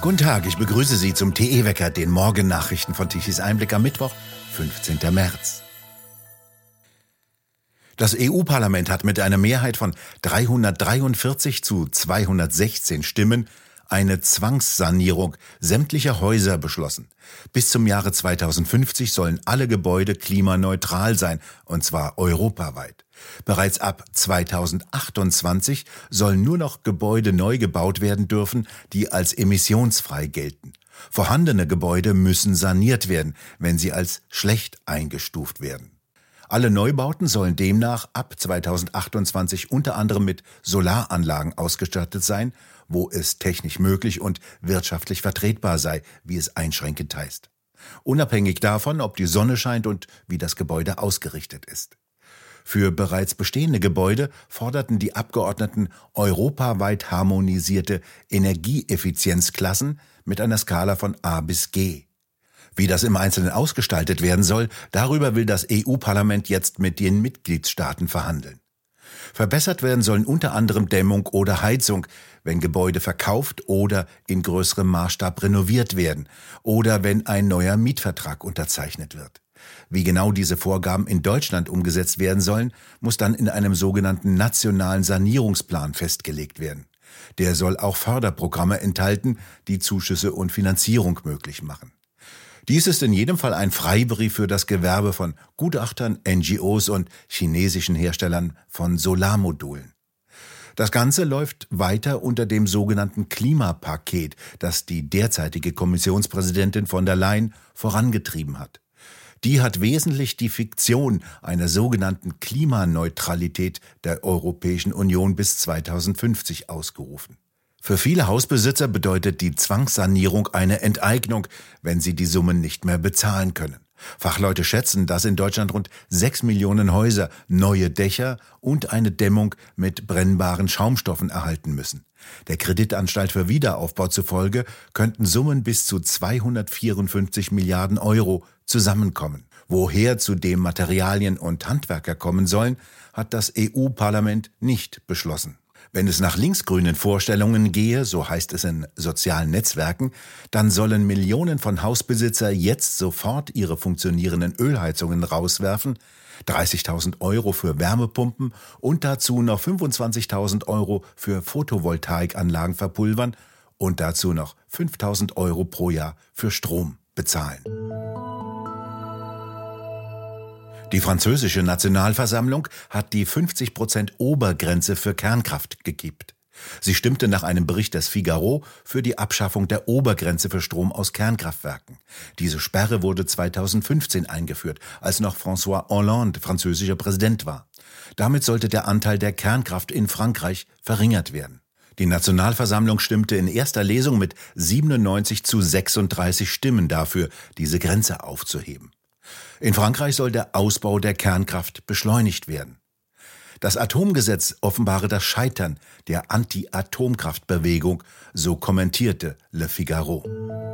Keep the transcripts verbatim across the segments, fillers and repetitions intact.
Guten Tag, ich begrüße Sie zum T E-Wecker, den Morgennachrichten von Tichys Einblick am Mittwoch, fünfzehnten März. Das E U-Parlament hat mit einer Mehrheit von dreihundertdreiundvierzig zu zweihundertsechzehn Stimmen eine Zwangssanierung sämtlicher Häuser beschlossen. Bis zum Jahre zweitausendfünfzig sollen alle Gebäude klimaneutral sein, und zwar europaweit. Bereits ab zweitausendachtundzwanzig sollen nur noch Gebäude neu gebaut werden dürfen, die als emissionsfrei gelten. Vorhandene Gebäude müssen saniert werden, wenn sie als schlecht eingestuft werden. Alle Neubauten sollen demnach ab zweitausendachtundzwanzig unter anderem mit Solaranlagen ausgestattet sein, wo es technisch möglich und wirtschaftlich vertretbar sei, wie es einschränkend heißt. Unabhängig davon, ob die Sonne scheint und wie das Gebäude ausgerichtet ist. Für bereits bestehende Gebäude forderten die Abgeordneten europaweit harmonisierte Energieeffizienzklassen mit einer Skala von A bis G. Wie das im Einzelnen ausgestaltet werden soll, darüber will das E U-Parlament jetzt mit den Mitgliedstaaten verhandeln. Verbessert werden sollen unter anderem Dämmung oder Heizung, wenn Gebäude verkauft oder in größerem Maßstab renoviert werden oder wenn ein neuer Mietvertrag unterzeichnet wird. Wie genau diese Vorgaben in Deutschland umgesetzt werden sollen, muss dann in einem sogenannten nationalen Sanierungsplan festgelegt werden. Der soll auch Förderprogramme enthalten, die Zuschüsse und Finanzierung möglich machen. Dies ist in jedem Fall ein Freibrief für das Gewerbe von Gutachtern, N G Os und chinesischen Herstellern von Solarmodulen. Das Ganze läuft weiter unter dem sogenannten Klimapaket, das die derzeitige Kommissionspräsidentin von der Leyen vorangetrieben hat. Die hat wesentlich die Fiktion einer sogenannten Klimaneutralität der Europäischen Union bis zweitausendfünfzig ausgerufen. Für viele Hausbesitzer bedeutet die Zwangssanierung eine Enteignung, wenn sie die Summen nicht mehr bezahlen können. Fachleute schätzen, dass in Deutschland rund sechs Millionen Häuser neue Dächer und eine Dämmung mit brennbaren Schaumstoffen erhalten müssen. Der Kreditanstalt für Wiederaufbau zufolge könnten Summen bis zu zweihundertvierundfünfzig Milliarden Euro zusammenkommen. Woher zudem Materialien und Handwerker kommen sollen, hat das E U-Parlament nicht beschlossen. Wenn es nach linksgrünen Vorstellungen gehe, so heißt es in sozialen Netzwerken, dann sollen Millionen von Hausbesitzer jetzt sofort ihre funktionierenden Ölheizungen rauswerfen, dreißigtausend Euro für Wärmepumpen und dazu noch fünfundzwanzigtausend Euro für Photovoltaikanlagen verpulvern und dazu noch fünftausend Euro pro Jahr für Strom bezahlen. Die französische Nationalversammlung hat die fünfzig Prozent Obergrenze für Kernkraft gekippt. Sie stimmte nach einem Bericht des Figaro für die Abschaffung der Obergrenze für Strom aus Kernkraftwerken. Diese Sperre wurde zweitausendfünfzehn eingeführt, als noch François Hollande französischer Präsident war. Damit sollte der Anteil der Kernkraft in Frankreich verringert werden. Die Nationalversammlung stimmte in erster Lesung mit siebenundneunzig zu sechsunddreißig Stimmen dafür, diese Grenze aufzuheben. In Frankreich soll der Ausbau der Kernkraft beschleunigt werden. Das Atomgesetz offenbare das Scheitern der Anti-Atomkraftbewegung, so kommentierte Le Figaro.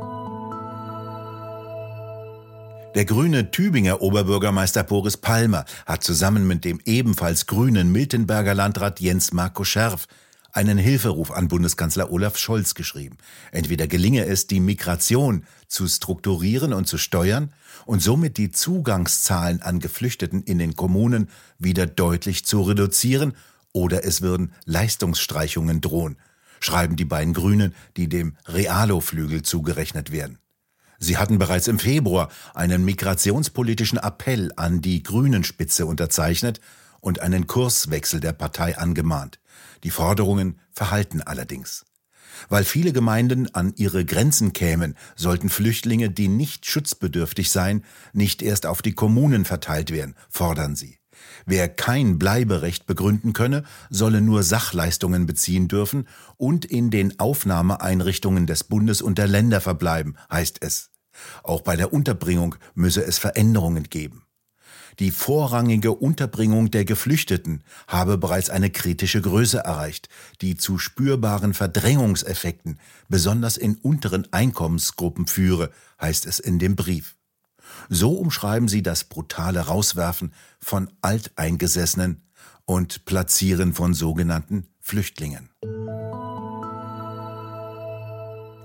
Der grüne Tübinger Oberbürgermeister Boris Palmer hat zusammen mit dem ebenfalls grünen Miltenberger Landrat Jens Marco Scherf einen Hilferuf an Bundeskanzler Olaf Scholz geschrieben. Entweder gelinge es, die Migration zu strukturieren und zu steuern und somit die Zugangszahlen an Geflüchteten in den Kommunen wieder deutlich zu reduzieren, oder es würden Leistungsstreichungen drohen, schreiben die beiden Grünen, die dem Realo-Flügel zugerechnet werden. Sie hatten bereits im Februar einen migrationspolitischen Appell an die Grünen-Spitze unterzeichnet und einen Kurswechsel der Partei angemahnt. Die Forderungen verhalten allerdings. Weil viele Gemeinden an ihre Grenzen kämen, sollten Flüchtlinge, die nicht schutzbedürftig seien, nicht erst auf die Kommunen verteilt werden, fordern sie. Wer kein Bleiberecht begründen könne, solle nur Sachleistungen beziehen dürfen und in den Aufnahmeeinrichtungen des Bundes und der Länder verbleiben, heißt es. Auch bei der Unterbringung müsse es Veränderungen geben. Die vorrangige Unterbringung der Geflüchteten habe bereits eine kritische Größe erreicht, die zu spürbaren Verdrängungseffekten, besonders in unteren Einkommensgruppen führe, heißt es in dem Brief. So umschreiben sie das brutale Rauswerfen von Alteingesessenen und Platzieren von sogenannten Flüchtlingen.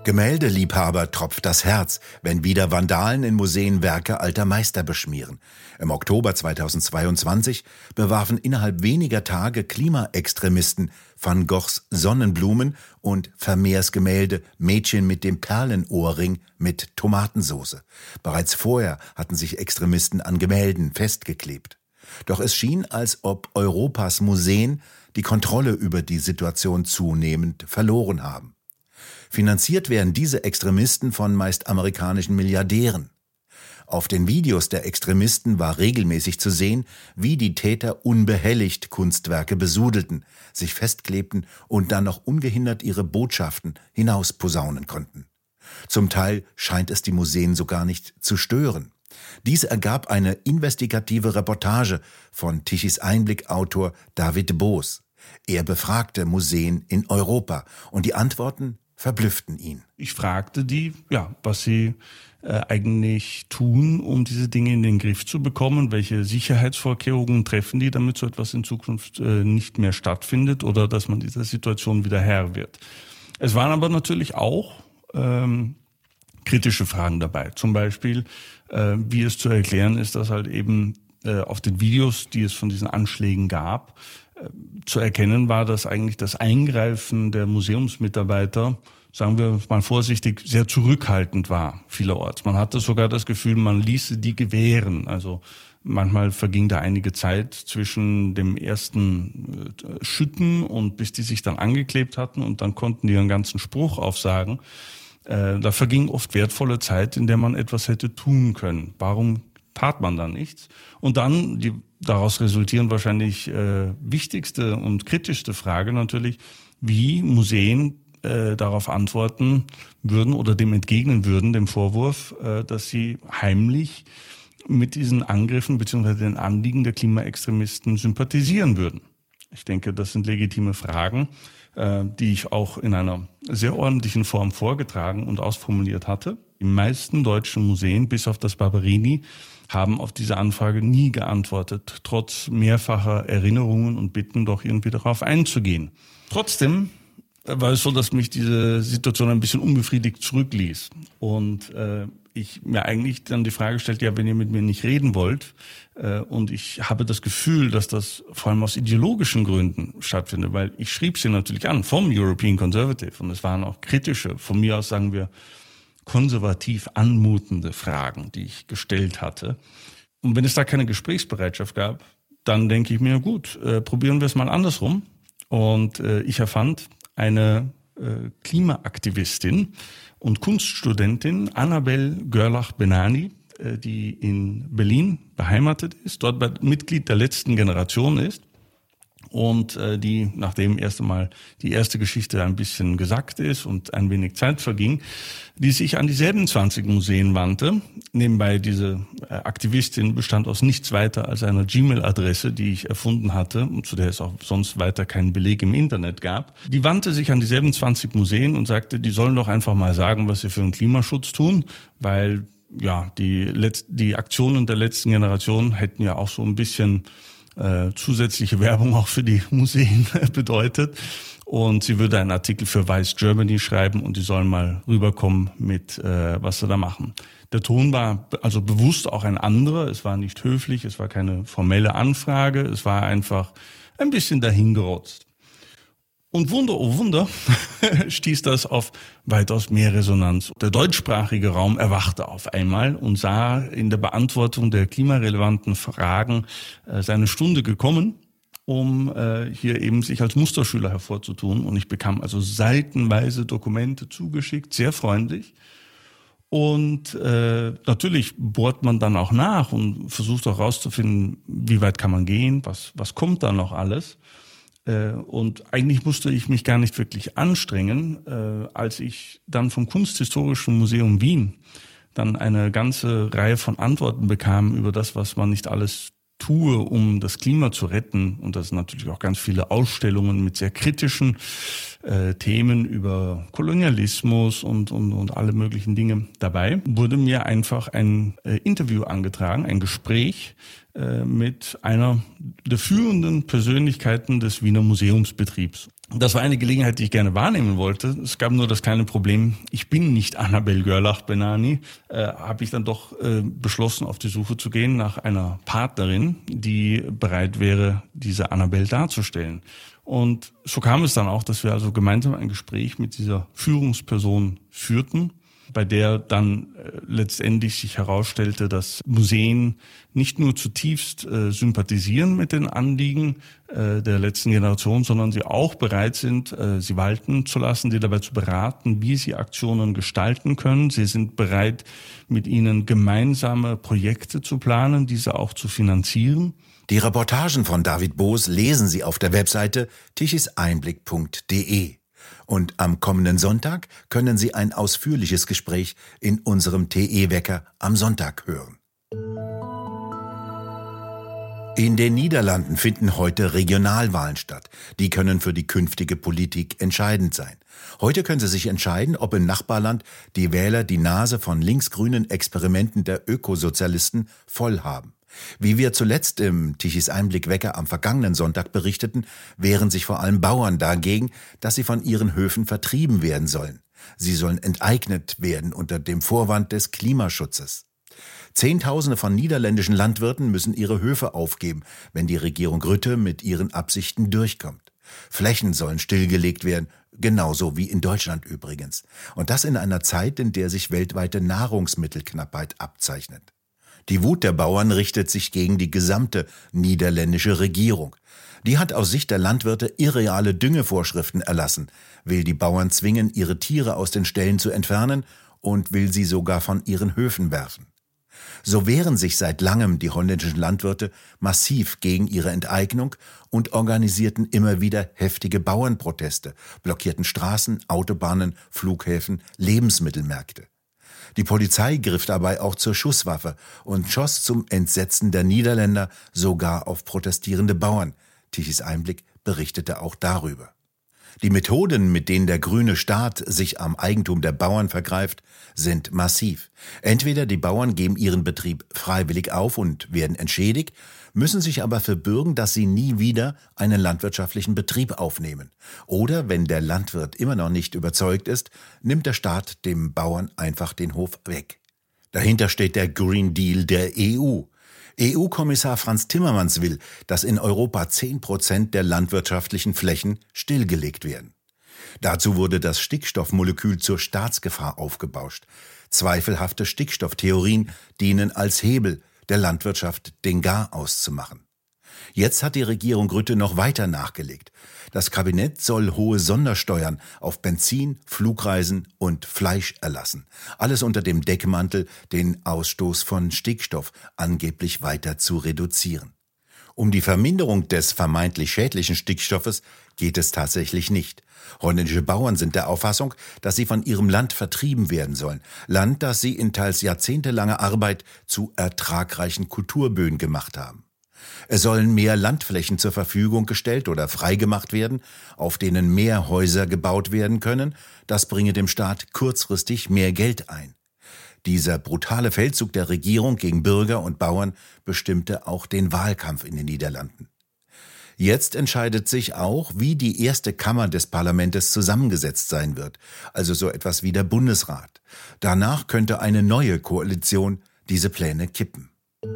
Gemäldeliebhaber tropft das Herz, wenn wieder Vandalen in Museen Werke alter Meister beschmieren. Im Oktober zweitausendzweiundzwanzig bewarfen innerhalb weniger Tage Klimaextremisten Van Goghs Sonnenblumen und Vermeers Gemälde Mädchen mit dem Perlenohrring mit Tomatensoße. Bereits vorher hatten sich Extremisten an Gemälden festgeklebt. Doch es schien, als ob Europas Museen die Kontrolle über die Situation zunehmend verloren haben. Finanziert werden diese Extremisten von meist amerikanischen Milliardären. Auf den Videos der Extremisten war regelmäßig zu sehen, wie die Täter unbehelligt Kunstwerke besudelten, sich festklebten und dann noch ungehindert ihre Botschaften hinausposaunen konnten. Zum Teil scheint es die Museen sogar nicht zu stören. Dies ergab eine investigative Reportage von Tichys Einblick-Autor David Boos. Er befragte Museen in Europa und die Antworten verblüfften ihn. Ich fragte die, ja, was sie äh, eigentlich tun, um diese Dinge in den Griff zu bekommen, welche Sicherheitsvorkehrungen treffen die, damit so etwas in Zukunft äh, nicht mehr stattfindet oder dass man dieser Situation wieder Herr wird. Es waren aber natürlich auch ähm, kritische Fragen dabei. Zum Beispiel, äh, wie es zu erklären ist, dass halt eben äh, auf den Videos, die es von diesen Anschlägen gab, zu erkennen war, dass eigentlich das Eingreifen der Museumsmitarbeiter, sagen wir mal vorsichtig, sehr zurückhaltend war vielerorts. Man hatte sogar das Gefühl, man ließe die gewähren. Also manchmal verging da einige Zeit zwischen dem ersten Schütten und bis die sich dann angeklebt hatten und dann konnten die einen ganzen Spruch aufsagen. Da verging oft wertvolle Zeit, in der man etwas hätte tun können. Warum tat man dann nichts? Und dann, die daraus resultieren wahrscheinlich äh, wichtigste und kritischste Frage natürlich, wie Museen äh, darauf antworten würden oder dem entgegnen würden, dem Vorwurf, äh, dass sie heimlich mit diesen Angriffen bzw. den Anliegen der Klimaextremisten sympathisieren würden. Ich denke, das sind legitime Fragen, äh, die ich auch in einer sehr ordentlichen Form vorgetragen und ausformuliert hatte. Die meisten deutschen Museen, bis auf das Barberini, haben auf diese Anfrage nie geantwortet, trotz mehrfacher Erinnerungen und Bitten, doch irgendwie darauf einzugehen. Trotzdem war es so, dass mich diese Situation ein bisschen unbefriedigt zurückließ. Und äh, ich mir eigentlich dann die Frage stellte, ja, wenn ihr mit mir nicht reden wollt, äh, und ich habe das Gefühl, dass das vor allem aus ideologischen Gründen stattfindet, weil ich schrieb sie natürlich an vom European Conservative und es waren auch kritische, von mir aus sagen wir, konservativ anmutende Fragen, die ich gestellt hatte. Und wenn es da keine Gesprächsbereitschaft gab, dann denke ich mir, gut, äh, probieren wir es mal andersrum. Und äh, ich erfand eine äh, Klimaaktivistin und Kunststudentin, Annabel Görlach-Benani, äh, die in Berlin beheimatet ist, dort Mitglied der letzten Generation ist. Und äh, die, nachdem erst einmal die erste Geschichte ein bisschen gesackt ist und ein wenig Zeit verging, die sich an dieselben zwanzig Museen wandte. Nebenbei, diese äh, Aktivistin bestand aus nichts weiter als einer Gmail-Adresse, die ich erfunden hatte und zu der es auch sonst weiter keinen Beleg im Internet gab. Die wandte sich an dieselben zwanzig Museen und sagte, die sollen doch einfach mal sagen, was sie für den Klimaschutz tun, weil ja die, Letz- die Aktionen der letzten Generation hätten ja auch so ein bisschen Äh, zusätzliche Werbung auch für die Museen bedeutet. Und sie würde einen Artikel für Weiß Germany schreiben und die sollen mal rüberkommen mit, äh, was sie da machen. Der Ton war also bewusst auch ein anderer. Es war nicht höflich, es war keine formelle Anfrage, es war einfach ein bisschen dahingerotzt. Und Wunder, oh Wunder, stieß das auf weitaus mehr Resonanz. Der deutschsprachige Raum erwachte auf einmal und sah in der Beantwortung der klimarelevanten Fragen äh, seine Stunde gekommen, um äh, hier eben sich als Musterschüler hervorzutun. Und ich bekam also seitenweise Dokumente zugeschickt, sehr freundlich. Und äh, natürlich bohrt man dann auch nach und versucht auch rauszufinden, wie weit kann man gehen, was, was kommt da noch alles. Und eigentlich musste ich mich gar nicht wirklich anstrengen, als ich dann vom Kunsthistorischen Museum Wien dann eine ganze Reihe von Antworten bekam über das, was man nicht alles tue, um das Klima zu retten. Und das sind natürlich auch ganz viele Ausstellungen mit sehr kritischen äh, Themen über Kolonialismus und, und, und alle möglichen Dinge dabei. Wurde mir einfach ein äh, Interview angetragen, ein Gespräch äh, mit einer der führenden Persönlichkeiten des Wiener Museumsbetriebs. Das war eine Gelegenheit, die ich gerne wahrnehmen wollte. Es gab nur das kleine Problem, ich bin nicht Annabel Görlach-Benani, äh, habe ich dann doch äh, beschlossen, auf die Suche zu gehen nach einer Partnerin, die bereit wäre, diese Annabel darzustellen. Und so kam es dann auch, dass wir also gemeinsam ein Gespräch mit dieser Führungsperson führten, bei der dann äh, letztendlich sich herausstellte, dass Museen nicht nur zutiefst äh, sympathisieren mit den Anliegen äh, der letzten Generation, sondern sie auch bereit sind, äh, sie walten zu lassen, sie dabei zu beraten, wie sie Aktionen gestalten können. Sie sind bereit, mit ihnen gemeinsame Projekte zu planen, diese auch zu finanzieren. Die Reportagen von David Boos lesen Sie auf der Webseite tichiseinblick punkt de. Und am kommenden Sonntag können Sie ein ausführliches Gespräch in unserem T E-Wecker am Sonntag hören. In den Niederlanden finden heute Regionalwahlen statt. Die können für die künftige Politik entscheidend sein. Heute können Sie sich entscheiden, ob im Nachbarland die Wähler die Nase von linksgrünen Experimenten der Ökosozialisten voll haben. Wie wir zuletzt im Tichys Einblick-Wecker am vergangenen Sonntag berichteten, wehren sich vor allem Bauern dagegen, dass sie von ihren Höfen vertrieben werden sollen. Sie sollen enteignet werden unter dem Vorwand des Klimaschutzes. Zehntausende von niederländischen Landwirten müssen ihre Höfe aufgeben, wenn die Regierung Rutte mit ihren Absichten durchkommt. Flächen sollen stillgelegt werden, genauso wie in Deutschland übrigens. Und das in einer Zeit, in der sich weltweite Nahrungsmittelknappheit abzeichnet. Die Wut der Bauern richtet sich gegen die gesamte niederländische Regierung. Die hat aus Sicht der Landwirte irreale Düngevorschriften erlassen, will die Bauern zwingen, ihre Tiere aus den Ställen zu entfernen und will sie sogar von ihren Höfen werfen. So wehren sich seit langem die holländischen Landwirte massiv gegen ihre Enteignung und organisierten immer wieder heftige Bauernproteste, blockierten Straßen, Autobahnen, Flughäfen, Lebensmittelmärkte. Die Polizei griff dabei auch zur Schusswaffe und schoss zum Entsetzen der Niederländer sogar auf protestierende Bauern. Tichys Einblick berichtete auch darüber. Die Methoden, mit denen der grüne Staat sich am Eigentum der Bauern vergreift, sind massiv. Entweder die Bauern geben ihren Betrieb freiwillig auf und werden entschädigt, müssen sich aber verbürgen, dass sie nie wieder einen landwirtschaftlichen Betrieb aufnehmen. Oder wenn der Landwirt immer noch nicht überzeugt ist, nimmt der Staat dem Bauern einfach den Hof weg. Dahinter steht der Green Deal der E U. E U-Kommissar Frans Timmermans will, dass in Europa zehn Prozent der landwirtschaftlichen Flächen stillgelegt werden. Dazu wurde das Stickstoffmolekül zur Staatsgefahr aufgebauscht. Zweifelhafte Stickstofftheorien dienen als Hebel, der Landwirtschaft den Gar auszumachen. Jetzt hat die Regierung Rutte noch weiter nachgelegt. Das Kabinett soll hohe Sondersteuern auf Benzin, Flugreisen und Fleisch erlassen. Alles unter dem Deckmantel, den Ausstoß von Stickstoff angeblich weiter zu reduzieren. Um die Verminderung des vermeintlich schädlichen Stickstoffes geht es tatsächlich nicht. Holländische Bauern sind der Auffassung, dass sie von ihrem Land vertrieben werden sollen. Land, das sie in teils jahrzehntelanger Arbeit zu ertragreichen Kulturböden gemacht haben. Es sollen mehr Landflächen zur Verfügung gestellt oder freigemacht werden, auf denen mehr Häuser gebaut werden können. Das bringe dem Staat kurzfristig mehr Geld ein. Dieser brutale Feldzug der Regierung gegen Bürger und Bauern bestimmte auch den Wahlkampf in den Niederlanden. Jetzt entscheidet sich auch, wie die erste Kammer des Parlaments zusammengesetzt sein wird, also so etwas wie der Bundesrat. Danach könnte eine neue Koalition diese Pläne kippen.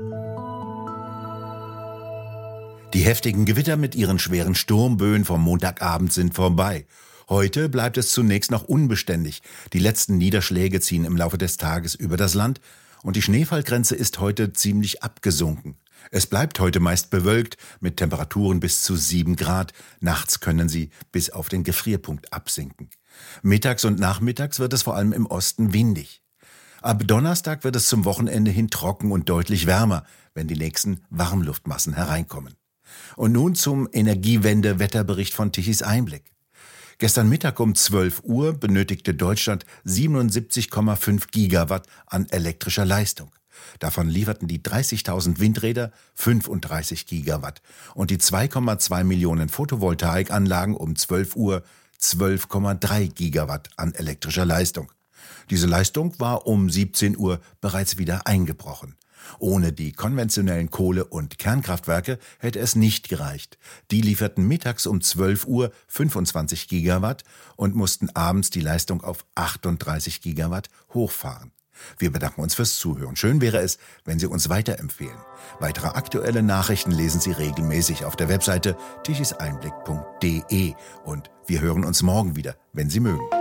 Die heftigen Gewitter mit ihren schweren Sturmböen vom Montagabend sind vorbei. Heute bleibt es zunächst noch unbeständig. Die letzten Niederschläge ziehen im Laufe des Tages über das Land und die Schneefallgrenze ist heute ziemlich abgesunken. Es bleibt heute meist bewölkt mit Temperaturen bis zu sieben Grad. Nachts können sie bis auf den Gefrierpunkt absinken. Mittags und nachmittags wird es vor allem im Osten windig. Ab Donnerstag wird es zum Wochenende hin trocken und deutlich wärmer, wenn die nächsten Warmluftmassen hereinkommen. Und nun zum Energiewende-Wetterbericht von Tichys Einblick. Gestern Mittag um zwölf Uhr benötigte Deutschland siebenundsiebzig Komma fünf Gigawatt an elektrischer Leistung. Davon lieferten die dreißigtausend Windräder fünfunddreißig Gigawatt und die zwei Komma zwei Millionen Photovoltaikanlagen um zwölf Uhr zwölf Komma drei Gigawatt an elektrischer Leistung. Diese Leistung war um siebzehn Uhr bereits wieder eingebrochen. Ohne die konventionellen Kohle- und Kernkraftwerke hätte es nicht gereicht. Die lieferten mittags um zwölf Uhr fünfundzwanzig Gigawatt und mussten abends die Leistung auf achtunddreißig Gigawatt hochfahren. Wir bedanken uns fürs Zuhören. Schön wäre es, wenn Sie uns weiterempfehlen. Weitere aktuelle Nachrichten lesen Sie regelmäßig auf der Webseite tichiseinblick punkt de und wir hören uns morgen wieder, wenn Sie mögen.